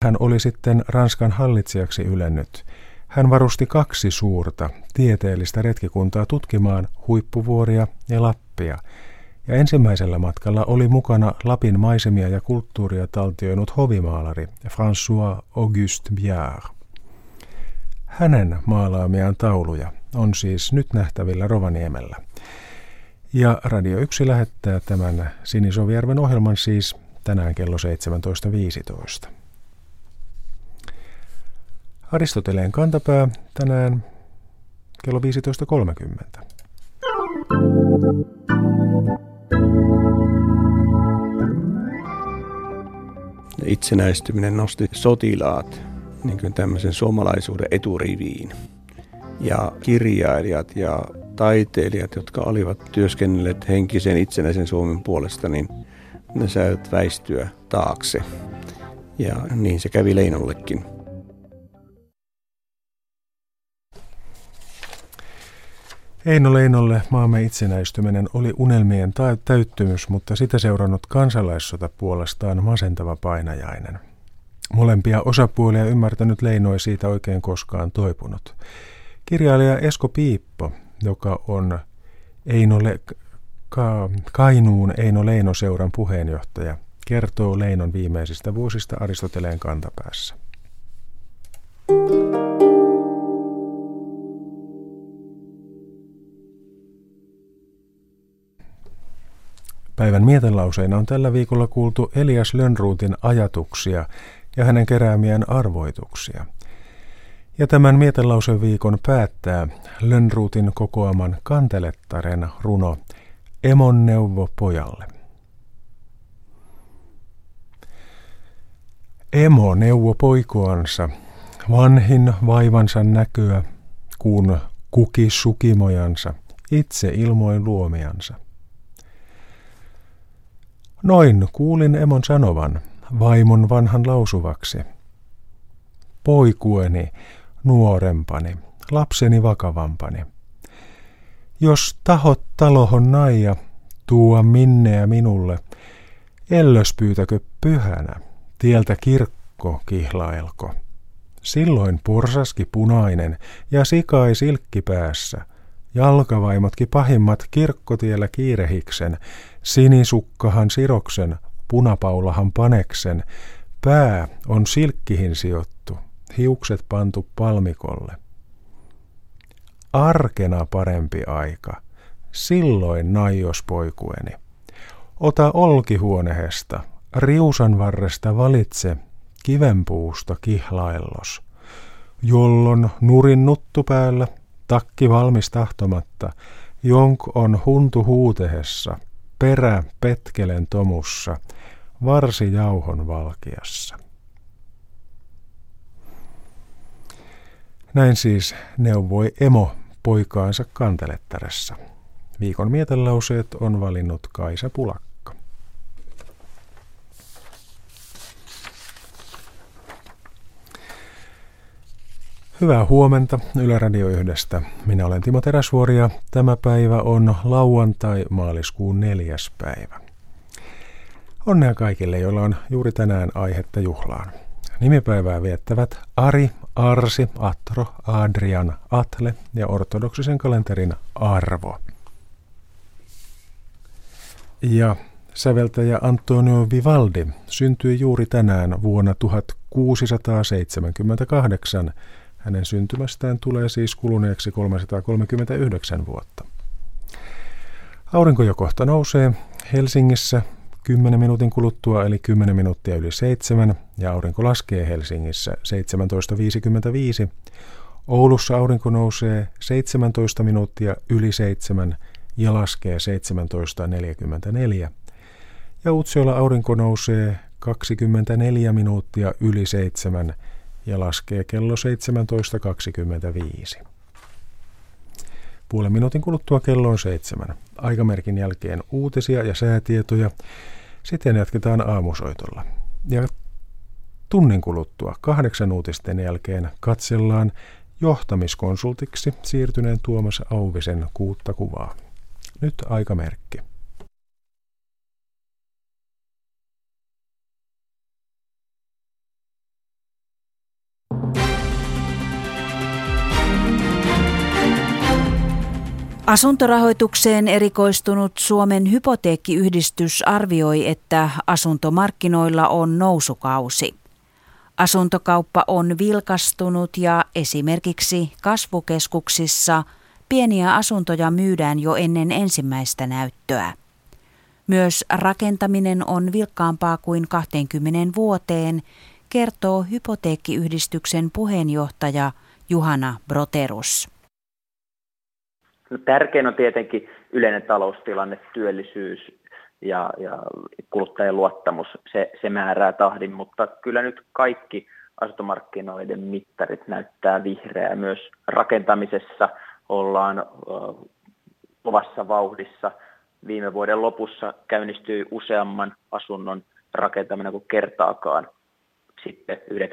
hän oli sitten Ranskan hallitsijaksi ylennyt. Hän varusti 2 suurta tieteellistä retkikuntaa tutkimaan huippuvuoria ja Lappia, ja ensimmäisellä matkalla oli mukana Lapin maisemia ja kulttuuria taltioinut hovimaalari François-Auguste Biard. Hänen maalaamiaan tauluja on siis nyt nähtävillä Rovaniemellä. Ja Radio 1 lähettää tämän Sinisovijärven ohjelman siis tänään kello 17.15. Aristoteleen kantapää tänään kello 15.30. Itsenäistyminen nosti sotilaat niin kuin tämmöisen suomalaisuuden eturiviin. Ja kirjailijat ja taiteilijat, jotka olivat työskennelleet henkisen itsenäisen Suomen puolesta, niin ne saivat väistyä taakse. Ja niin se kävi Leinollekin. Eino Leinolle maamme itsenäistyminen oli unelmien täyttymys, mutta sitä seurannut kansalaissota puolestaan masentava painajainen. Molempia osapuolia ymmärtänyt Leino ei siitä oikein koskaan toipunut. Kirjailija Esko Piippo, joka on Kainuun Eino Leino-seuran puheenjohtaja, kertoo Leinon viimeisistä vuosista Aristoteleen kantapäässä. Päivän mietelauseina on tällä viikolla kuultu Elias Lönnrotin ajatuksia ja hänen keräämiään arvoituksia. Ja tämän mietelauseviikon päättää Lönnrotin kokoaman Kantelettaren runo Emon neuvo pojalle. Emo neuvo poikoansa, vanhin vaivansa näköä, kun kuki sukimojansa, itse ilmoin luomiansa. Noin kuulin emon sanovan, vaimon vanhan lausuvaksi. Poikueni, nuorempani, lapseni vakavampani. Jos tahot talohon naija, tuua minneä minulle, ellös pyytäkö pyhänä, tieltä kirkko kihlaelko. Silloin porsaski punainen ja sikai silkki päässä, jalkavaimotki pahimmat kirkkotiellä kiirehiksen, sinisukkahan siroksen, punapaulahan paneksen, pää on silkkihin sijoittu, hiukset pantu palmikolle. Arkena parempi aika, silloin naios poikueni. Ota olkihuonehesta, riusan varresta valitse, kivenpuusta kihlaellos. Jollon nurin nuttu päällä, takki valmis tahtomatta, jonk on huntu huutehessa, perä petkelen tomussa, varsi jauhon valkiassa. Näin siis neuvoi emo poikaansa Kantelettaressa. Viikon mietelauseet on valinnut Kaisa Pulakka. Hyvää huomenta Yle Radio 1. Minä olen Timo Teräsvuori ja tämä päivä on lauantai maaliskuun 4. päivä. Onnea kaikille, joilla on juuri tänään aihetta juhlaan. Nimipäivää viettävät Ari, Arsi, Atro, Adrian, Atle ja ortodoksisen kalenterin Arvo. Ja säveltäjä Antonio Vivaldi syntyi juuri tänään vuonna 1678. Hänen syntymästään tulee siis kuluneeksi 339 vuotta. Aurinko jo kohta nousee Helsingissä 10 minuutin kuluttua, eli 10 minuuttia yli 7, ja aurinko laskee Helsingissä 17.55. Oulussa aurinko nousee 17 minuuttia yli 7 ja laskee 17.44. Ja Utsjoella aurinko nousee 24 minuuttia yli 7 ja laskee kello 17.25. Puolen minuutin kuluttua kello on 7. Aikamerkin jälkeen uutisia ja säätietoja. Sitten jatketaan aamusoitolla. Ja tunnin kuluttua 8 uutisten jälkeen katsellaan johtamiskonsultiksi siirtyneen Tuomas Auvisen 6 kuvaa. Nyt aikamerkki. Asuntorahoitukseen erikoistunut Suomen hypoteekkiyhdistys arvioi, että asuntomarkkinoilla on nousukausi. Asuntokauppa on vilkastunut ja esimerkiksi kasvukeskuksissa pieniä asuntoja myydään jo ennen ensimmäistä näyttöä. Myös rakentaminen on vilkkaampaa kuin 20 vuoteen, kertoo hypoteekkiyhdistyksen puheenjohtaja Juhana Broterus. Tärkein on tietenkin yleinen taloustilanne, työllisyys ja kuluttajien luottamus. Se määrää tahdin, mutta kyllä nyt kaikki asuntomarkkinoiden mittarit näyttää vihreää. Myös rakentamisessa ollaan kovassa vauhdissa. Viime vuoden lopussa käynnistyi useamman asunnon rakentaminen kuin kertaakaan sitten